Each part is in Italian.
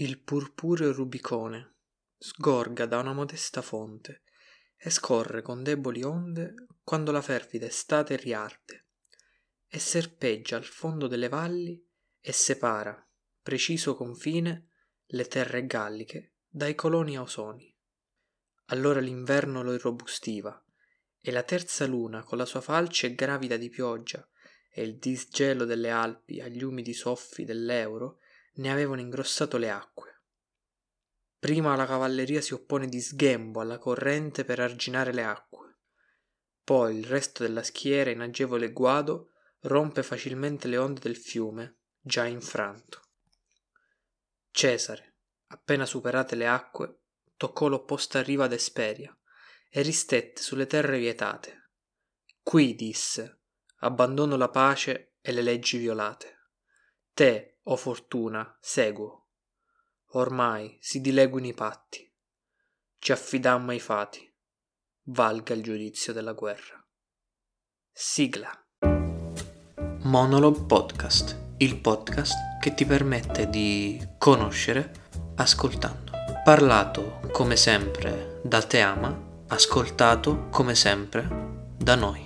Il purpureo Rubicone sgorga da una modesta fonte e scorre con deboli onde quando la fervida estate riarde, e serpeggia al fondo delle valli e separa, preciso confine, le terre galliche dai coloni ausoni. Allora l'inverno lo irrobustiva, e la terza luna con la sua falce gravida di pioggia e il disgelo delle Alpi agli umidi soffi dell'Euro ne avevano ingrossato le acque. Prima la cavalleria si oppone di sghembo alla corrente per arginare le acque, poi il resto della schiera in agevole guado rompe facilmente le onde del fiume, già infranto. Cesare, appena superate le acque, toccò l'opposta riva d'Esperia e ristette sulle terre vietate. Qui, disse, abbandono la pace e le leggi violate. Te, o fortuna, seguo. Ormai si dileguino i patti. Ci affidammo ai fati. Valga il giudizio della guerra. Sigla. Monologue Podcast, il podcast che ti permette di conoscere ascoltando. Parlato come sempre da Teama, ascoltato come sempre da noi.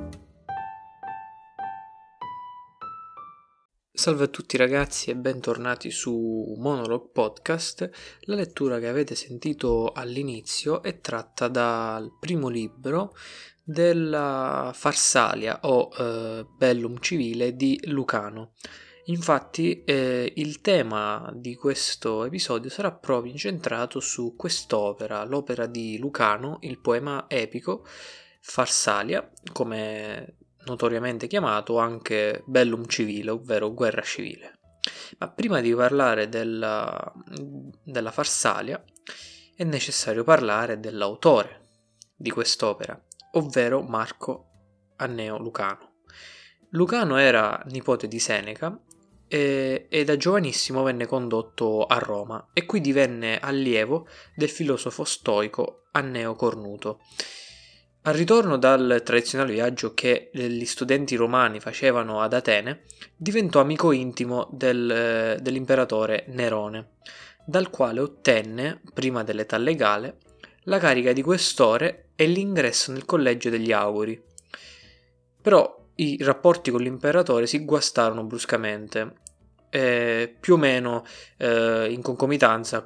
Salve a tutti ragazzi e bentornati su Monologue Podcast. La lettura che avete sentito all'inizio è tratta dal primo libro della Farsalia o Bellum Civile di Lucano. Infatti il tema di questo episodio sarà proprio incentrato su quest'opera, l'opera di Lucano, il poema epico Farsalia, come notoriamente chiamato anche Bellum Civile, ovvero guerra civile. Ma prima di parlare della Farsalia è necessario parlare dell'autore di quest'opera, ovvero Marco Anneo Lucano. Lucano era nipote di Seneca e da giovanissimo venne condotto a Roma e qui divenne allievo del filosofo stoico Anneo Cornuto. Al ritorno dal tradizionale viaggio che gli studenti romani facevano ad Atene, diventò amico intimo dell'imperatore Nerone, dal quale ottenne, prima dell'età legale, la carica di questore e l'ingresso nel collegio degli auguri. Però i rapporti con l'imperatore si guastarono bruscamente, più o meno in concomitanza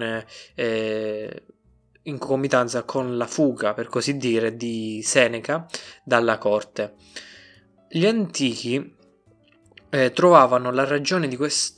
con la fuga, per così dire, di Seneca dalla corte. Gli antichi trovavano la ragione di questi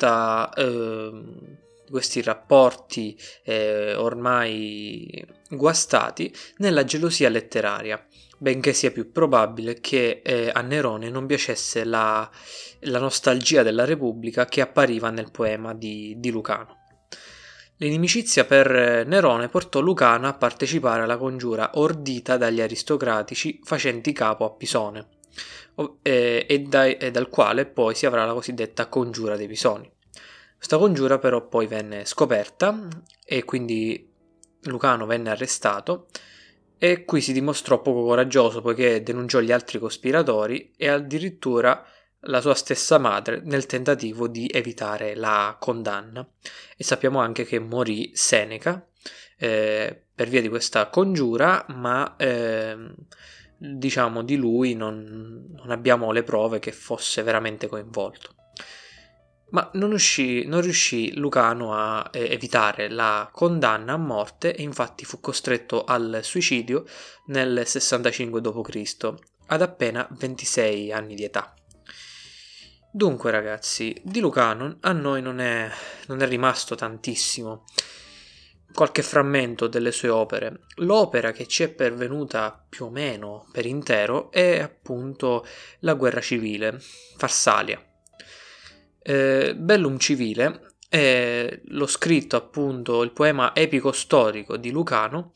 rapporti ormai guastati nella gelosia letteraria, benché sia più probabile che a Nerone non piacesse la nostalgia della Repubblica che appariva nel poema di Lucano. L'inimicizia per Nerone portò Lucano a partecipare alla congiura ordita dagli aristocratici facenti capo a Pisone, e dal quale poi si avrà la cosiddetta congiura dei Pisoni. Questa congiura però poi venne scoperta e quindi Lucano venne arrestato e qui si dimostrò poco coraggioso poiché denunciò gli altri cospiratori e addirittura la sua stessa madre nel tentativo di evitare la condanna, e sappiamo anche che morì Seneca per via di questa congiura, ma diciamo di lui non abbiamo le prove che fosse veramente coinvolto. Ma non riuscì Lucano a evitare la condanna a morte e infatti fu costretto al suicidio nel 65 d.C. ad appena 26 anni di età. Dunque ragazzi, di Lucano a noi non è rimasto tantissimo, qualche frammento delle sue opere. L'opera che ci è pervenuta più o meno per intero è appunto la guerra civile, Farsalia. Bellum Civile è lo scritto appunto, il poema epico storico di Lucano,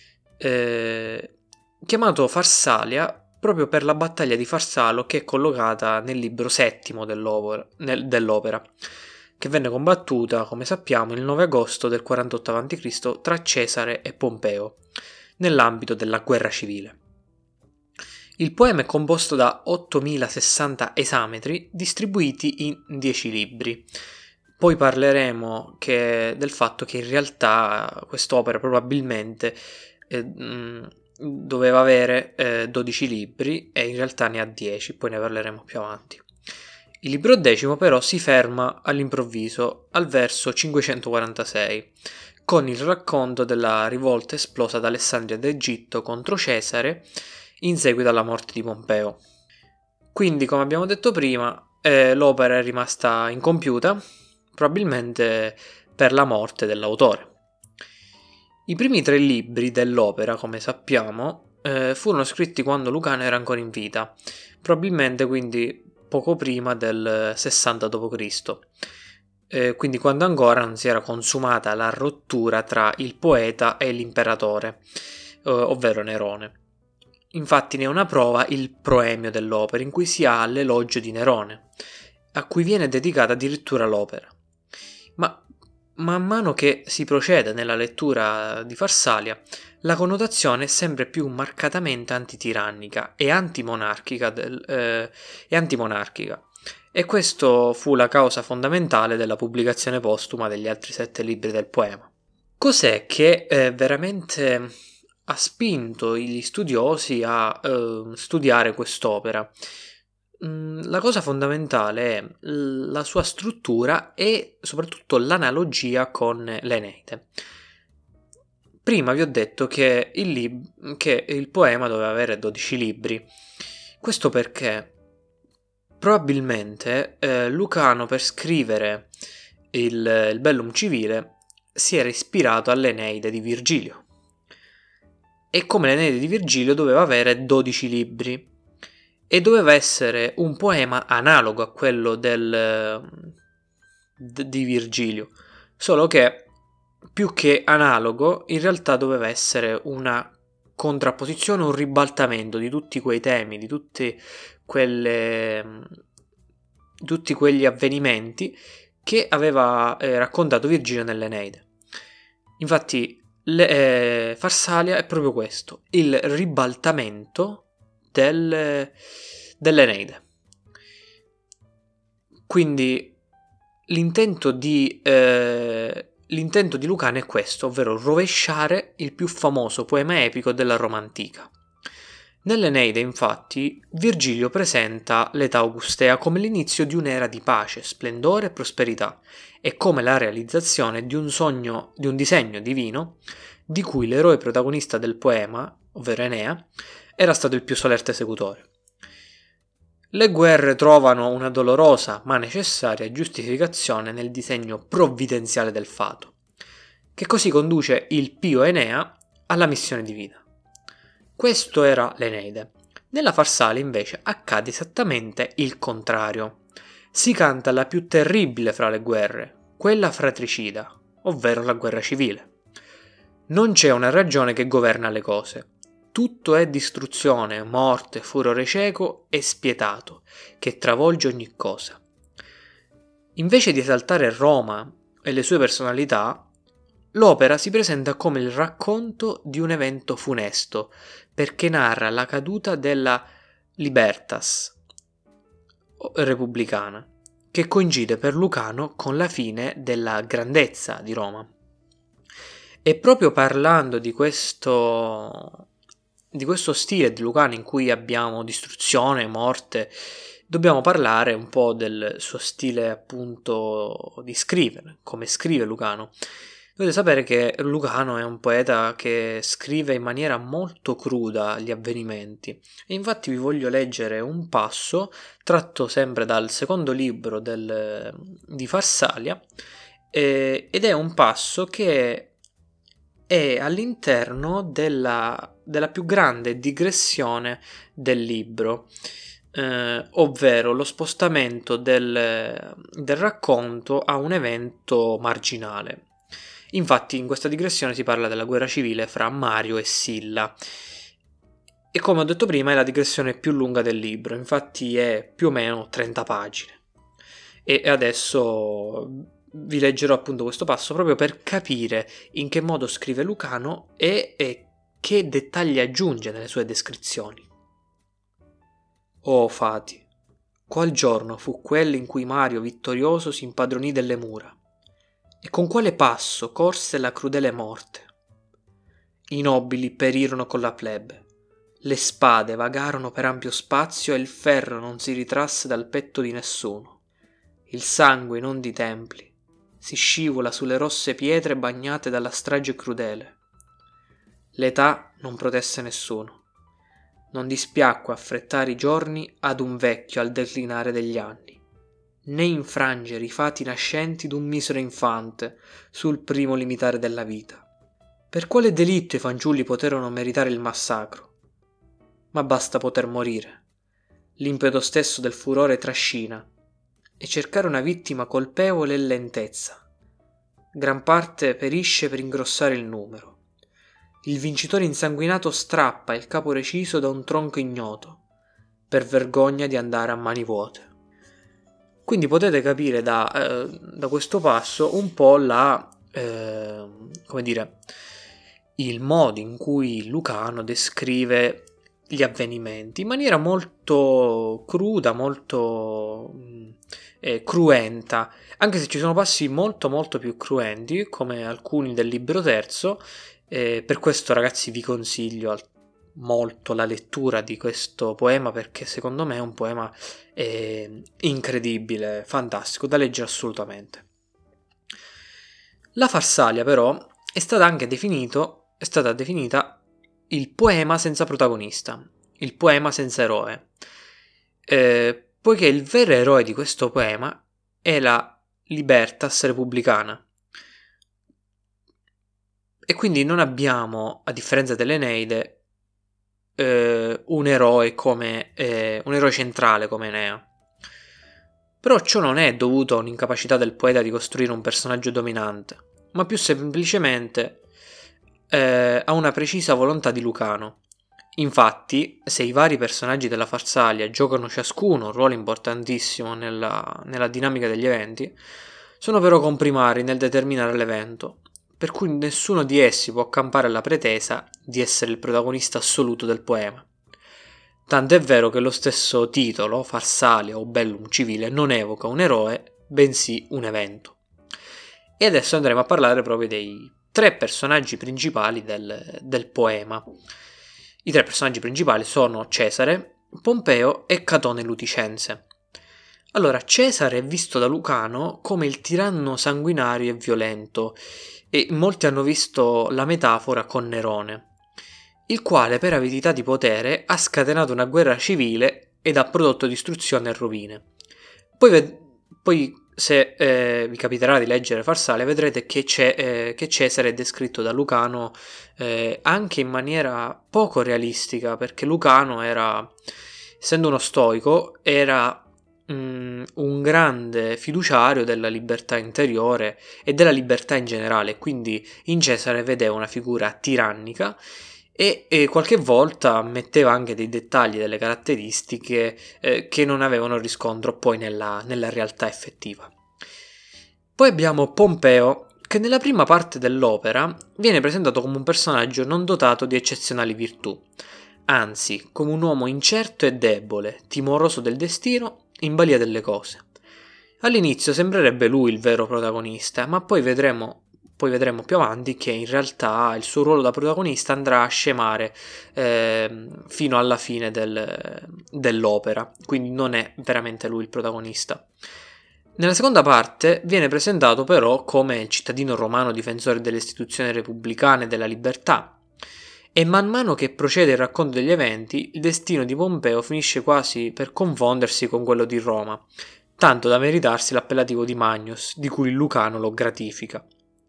chiamato Farsalia proprio per la battaglia di Farsalo che è collocata nel libro settimo dell'opera, che venne combattuta, come sappiamo, il 9 agosto del 48 a.C. tra Cesare e Pompeo, nell'ambito della guerra civile. Il poema è composto da 8060 esametri distribuiti in 10 libri, Poi parleremo del fatto che in realtà quest'opera probabilmente doveva avere 12 libri e in realtà ne ha 10, poi ne parleremo più avanti. Il libro X però si ferma all'improvviso al verso 546 con il racconto della rivolta esplosa ad Alessandria d'Egitto contro Cesare in seguito alla morte di Pompeo. Quindi, come abbiamo detto prima, l'opera è rimasta incompiuta, probabilmente per la morte dell'autore. I primi 3 libri dell'opera, come sappiamo, furono scritti quando Lucano era ancora in vita, probabilmente quindi poco prima del 60 d.C., quindi quando ancora non si era consumata la rottura tra il poeta e l'imperatore, ovvero Nerone. Infatti ne è una prova il proemio dell'opera, in cui si ha l'elogio di Nerone, a cui viene dedicata addirittura l'opera. Ma man mano che si procede nella lettura di Farsalia, la connotazione è sempre più marcatamente antitirannica e antimonarchica, e questo fu la causa fondamentale della pubblicazione postuma degli altri 7 libri del poema. Cos'è che veramente ha spinto gli studiosi a studiare quest'opera? La cosa fondamentale è la sua struttura e soprattutto l'analogia con l'Eneide. Prima vi ho detto che il poema doveva avere 12 libri. Questo perché probabilmente Lucano, per scrivere il Bellum Civile, si era ispirato all'Eneide di Virgilio. E come l'Eneide di Virgilio doveva avere 12 libri e doveva essere un poema analogo a quello di Virgilio, solo che più che analogo in realtà doveva essere una contrapposizione, un ribaltamento di tutti quei temi, di tutti quegli avvenimenti che aveva raccontato Virgilio nell'Eneide. Infatti Farsalia è proprio questo, il ribaltamento dell'Eneide. Quindi l'intento di Lucano è questo, ovvero rovesciare il più famoso poema epico della Roma antica. Nell'Eneide, infatti, Virgilio presenta l'età augustea come l'inizio di un'era di pace, splendore e prosperità, e come la realizzazione di un disegno divino di cui l'eroe protagonista del poema, ovvero Enea, era stato il più solerte esecutore. Le guerre trovano una dolorosa ma necessaria giustificazione nel disegno provvidenziale del fato, che così conduce il pio Enea alla missione divina. Questo era l'Eneide. Nella Farsalia invece accade esattamente il contrario. Si canta la più terribile fra le guerre, quella fratricida, ovvero la guerra civile. Non c'è una ragione che governa le cose. Tutto è distruzione, morte, furore cieco e spietato, che travolge ogni cosa. Invece di esaltare Roma e le sue personalità, l'opera si presenta come il racconto di un evento funesto, perché narra la caduta della libertas repubblicana, che coincide per Lucano con la fine della grandezza di Roma. E proprio parlando di questo stile di Lucano in cui abbiamo distruzione, morte, dobbiamo parlare un po' del suo stile appunto di scrivere, come scrive Lucano. Dovete sapere che Lucano è un poeta che scrive in maniera molto cruda gli avvenimenti e infatti vi voglio leggere un passo tratto sempre dal secondo libro di Farsalia ed è un passo che è all'interno della più grande digressione del libro, ovvero lo spostamento del racconto a un evento marginale. Infatti in questa digressione si parla della guerra civile fra Mario e Silla e come ho detto prima è la digressione più lunga del libro, infatti è più o meno 30 pagine. E adesso vi leggerò appunto questo passo proprio per capire in che modo scrive Lucano e che dettagli aggiunge nelle sue descrizioni. O fati, qual giorno fu quello in cui Mario vittorioso si impadronì delle mura, e con quale passo corse la crudele morte. I nobili perirono con la plebe, le spade vagarono per ampio spazio e il ferro non si ritrasse dal petto di nessuno. Il sangue in ondi templi si scivola sulle rosse pietre bagnate dalla strage crudele. L'età non protesse nessuno. Non dispiacque affrettare i giorni ad un vecchio al declinare degli anni, né infrangere i fati nascenti d'un misero infante sul primo limitare della vita. Per quale delitto i fanciulli poterono meritare il massacro? Ma basta poter morire. L'impeto stesso del furore trascina, e cercare una vittima colpevole è lentezza. Gran parte perisce per ingrossare il numero. Il vincitore insanguinato strappa il capo reciso da un tronco ignoto, per vergogna di andare a mani vuote. Quindi potete capire da questo passo un po' il modo in cui Lucano descrive gli avvenimenti in maniera molto cruda, molto cruenta, anche se ci sono passi molto molto più cruenti, come alcuni del libro terzo. Per questo, ragazzi, vi consiglio molto la lettura di questo poema, perché secondo me è un poema incredibile, fantastico, da leggere assolutamente. La Farsalia, però, è stata definita il poema senza protagonista, il poema senza eroe, poiché il vero eroe di questo poema è la Libertas Republicana. E quindi non abbiamo, a differenza dell'Eneide, un eroe centrale come Enea. Però ciò non è dovuto a un'incapacità del poeta di costruire un personaggio dominante, ma più semplicemente a una precisa volontà di Lucano. Infatti, se i vari personaggi della Farsalia giocano ciascuno un ruolo importantissimo nella dinamica degli eventi, sono però comprimari nel determinare l'evento, per cui nessuno di essi può accampare alla pretesa di essere il protagonista assoluto del poema. Tanto è vero che lo stesso titolo, Farsalia o Bellum Civile, non evoca un eroe, bensì un evento. E adesso andremo a parlare proprio dei tre personaggi principali del poema. I tre personaggi principali sono Cesare, Pompeo e Catone Luticense. Allora, Cesare è visto da Lucano come il tiranno sanguinario e violento, e molti hanno visto la metafora con Nerone, il quale per avidità di potere ha scatenato una guerra civile ed ha prodotto distruzione e rovine. Poi se vi capiterà di leggere Farsalia, vedrete che Cesare è descritto da Lucano anche in maniera poco realistica, perché Lucano essendo uno stoico, era un grande fiduciario della libertà interiore e della libertà in generale, quindi in Cesare vedeva una figura tirannica e qualche volta metteva anche dei dettagli, delle caratteristiche che non avevano riscontro poi nella realtà effettiva. Poi abbiamo Pompeo, che nella prima parte dell'opera viene presentato come un personaggio non dotato di eccezionali virtù, anzi come un uomo incerto e debole, timoroso del destino, in balia delle cose. All'inizio sembrerebbe lui il vero protagonista, ma poi vedremo più avanti che in realtà il suo ruolo da protagonista andrà a scemare fino alla fine dell'opera, quindi non è veramente lui il protagonista. Nella seconda parte viene presentato però come il cittadino romano difensore delle istituzioni repubblicane e della libertà, e man mano che procede il racconto degli eventi, il destino di Pompeo finisce quasi per confondersi con quello di Roma, tanto da meritarsi l'appellativo di Magnus, di cui Lucano lo gratifica.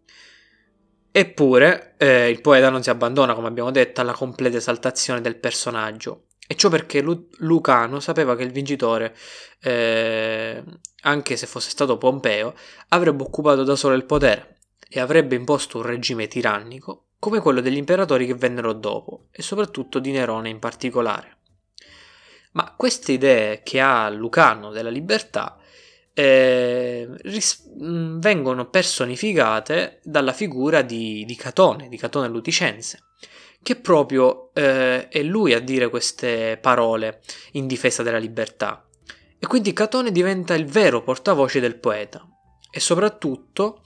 Eppure il poeta non si abbandona, come abbiamo detto, alla completa esaltazione del personaggio, e ciò perché Lucano sapeva che il vincitore, anche se fosse stato Pompeo, avrebbe occupato da solo il potere e avrebbe imposto un regime tirannico come quello degli imperatori che vennero dopo, e soprattutto di Nerone in particolare. Ma queste idee che ha Lucano della libertà vengono personificate dalla figura di Catone Luticense, che proprio è lui a dire queste parole in difesa della libertà. E quindi Catone diventa il vero portavoce del poeta e soprattutto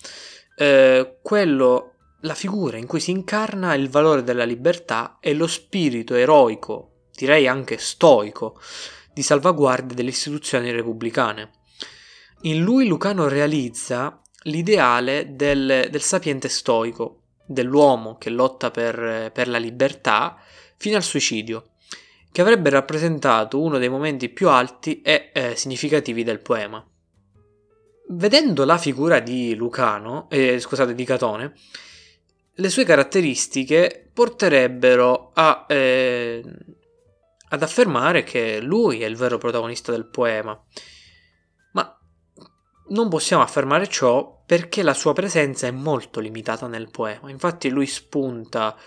la figura in cui si incarna il valore della libertà e lo spirito eroico, direi anche stoico, di salvaguardia delle istituzioni repubblicane. In lui Lucano realizza l'ideale del sapiente stoico, dell'uomo che lotta per la libertà fino al suicidio, che avrebbe rappresentato uno dei momenti più alti e significativi del poema. Vedendo la figura di di Catone, le sue caratteristiche porterebbero ad affermare che lui è il vero protagonista del poema. Ma non possiamo affermare ciò perché la sua presenza è molto limitata nel poema. Infatti lui spunta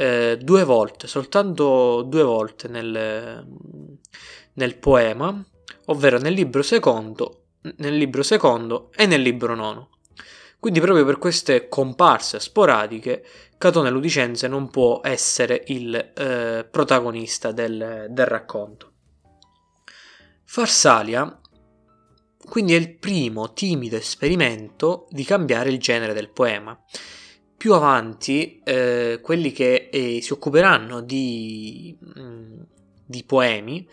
soltanto due volte nel poema, ovvero nel libro secondo e nel libro nono. Quindi proprio per queste comparse sporadiche Catone Ludicense non può essere il protagonista del racconto. Farsalia quindi è il primo timido esperimento di cambiare il genere del poema. Più avanti, quelli che si occuperanno di poemi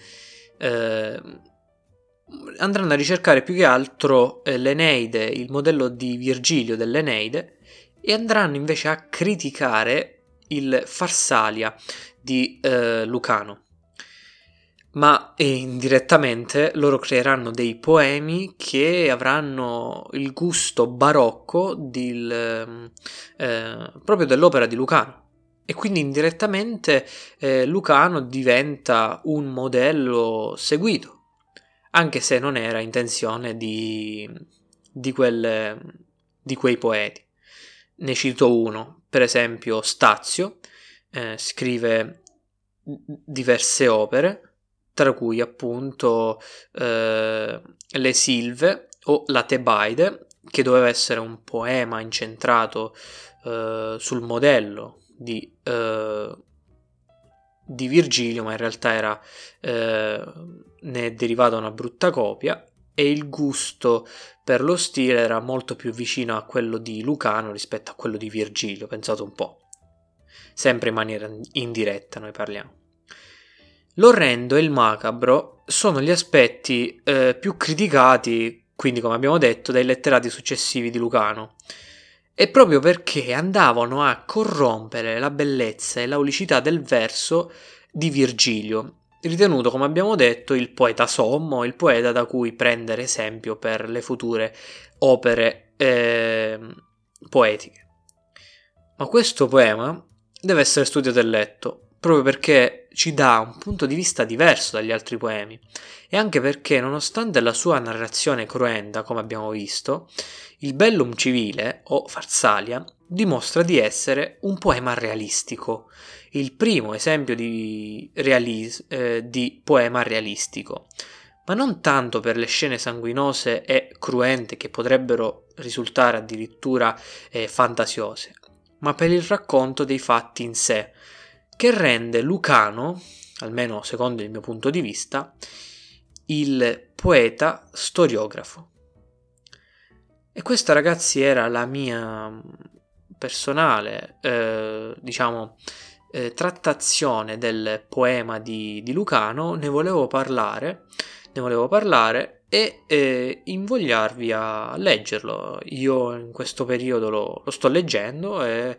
andranno a ricercare più che altro l'Eneide, il modello di Virgilio dell'Eneide, e andranno invece a criticare il Farsalia di Lucano. Ma indirettamente loro creeranno dei poemi che avranno il gusto barocco proprio dell'opera di Lucano. E quindi indirettamente Lucano diventa un modello seguito, anche se non era intenzione di quei poeti. Ne cito uno, per esempio Stazio, scrive diverse opere, tra cui appunto le Silve o la Tebaide, che doveva essere un poema incentrato sul modello di Virgilio, ma in realtà ne è derivata una brutta copia, e il gusto per lo stile era molto più vicino a quello di Lucano rispetto a quello di Virgilio, pensate un po'. Sempre in maniera indiretta noi parliamo. L'orrendo e il macabro sono gli aspetti più criticati, quindi come abbiamo detto, dai letterati successivi di Lucano. E proprio perché andavano a corrompere la bellezza e l'aulicità del verso di Virgilio, ritenuto, come abbiamo detto, il poeta sommo, il poeta da cui prendere esempio per le future opere poetiche. Ma questo poema deve essere studiato e letto, proprio perché ci dà un punto di vista diverso dagli altri poemi, e anche perché, nonostante la sua narrazione cruenta, come abbiamo visto, il Bellum Civile, o Farsalia, dimostra di essere un poema realistico, il primo esempio di poema realistico, ma non tanto per le scene sanguinose e cruente che potrebbero risultare addirittura fantasiose, ma per il racconto dei fatti in sé, che rende Lucano, almeno secondo il mio punto di vista, il poeta storiografo. E questa, ragazzi, era la mia personale, trattazione del poema di Lucano. Ne volevo parlare e invogliarvi a leggerlo. Io in questo periodo lo sto leggendo e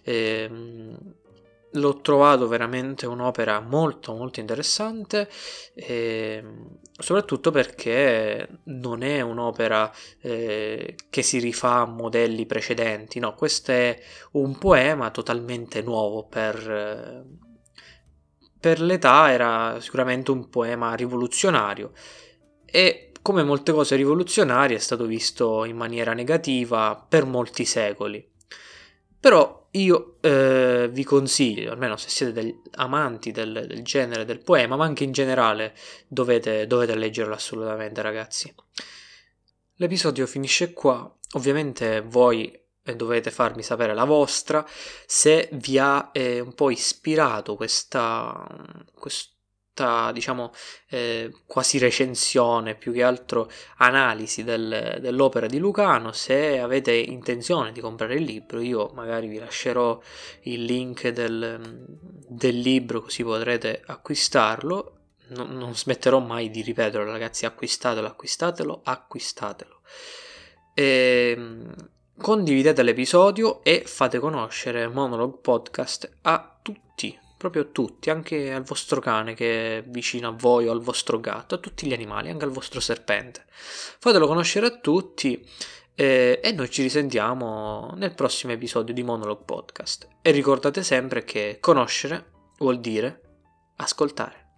l'ho trovato veramente un'opera molto molto interessante, soprattutto perché non è un'opera che si rifà a modelli precedenti, no, questo è un poema totalmente nuovo per l'età. Era sicuramente un poema rivoluzionario e, come molte cose rivoluzionarie, è stato visto in maniera negativa per molti secoli. Però io vi consiglio, almeno se siete degli amanti del genere del poema, ma anche in generale, dovete leggerlo assolutamente, ragazzi. L'episodio finisce qua. Ovviamente voi dovete farmi sapere la vostra, se vi ha un po' ispirato questa sorta, diciamo, quasi recensione, più che altro analisi dell'opera di Lucano. Se avete intenzione di comprare il libro, io magari vi lascerò il link del libro, così potrete acquistarlo. Non smetterò mai di ripeterlo, ragazzi: acquistatelo, acquistatelo, acquistatelo. Condividete l'episodio e fate conoscere Monologue Podcast a tutti, proprio a tutti, anche al vostro cane che è vicino a voi, o al vostro gatto, a tutti gli animali, anche al vostro serpente. Fatelo conoscere a tutti, e noi ci risentiamo nel prossimo episodio di Monologue Podcast. E ricordate sempre che conoscere vuol dire ascoltare.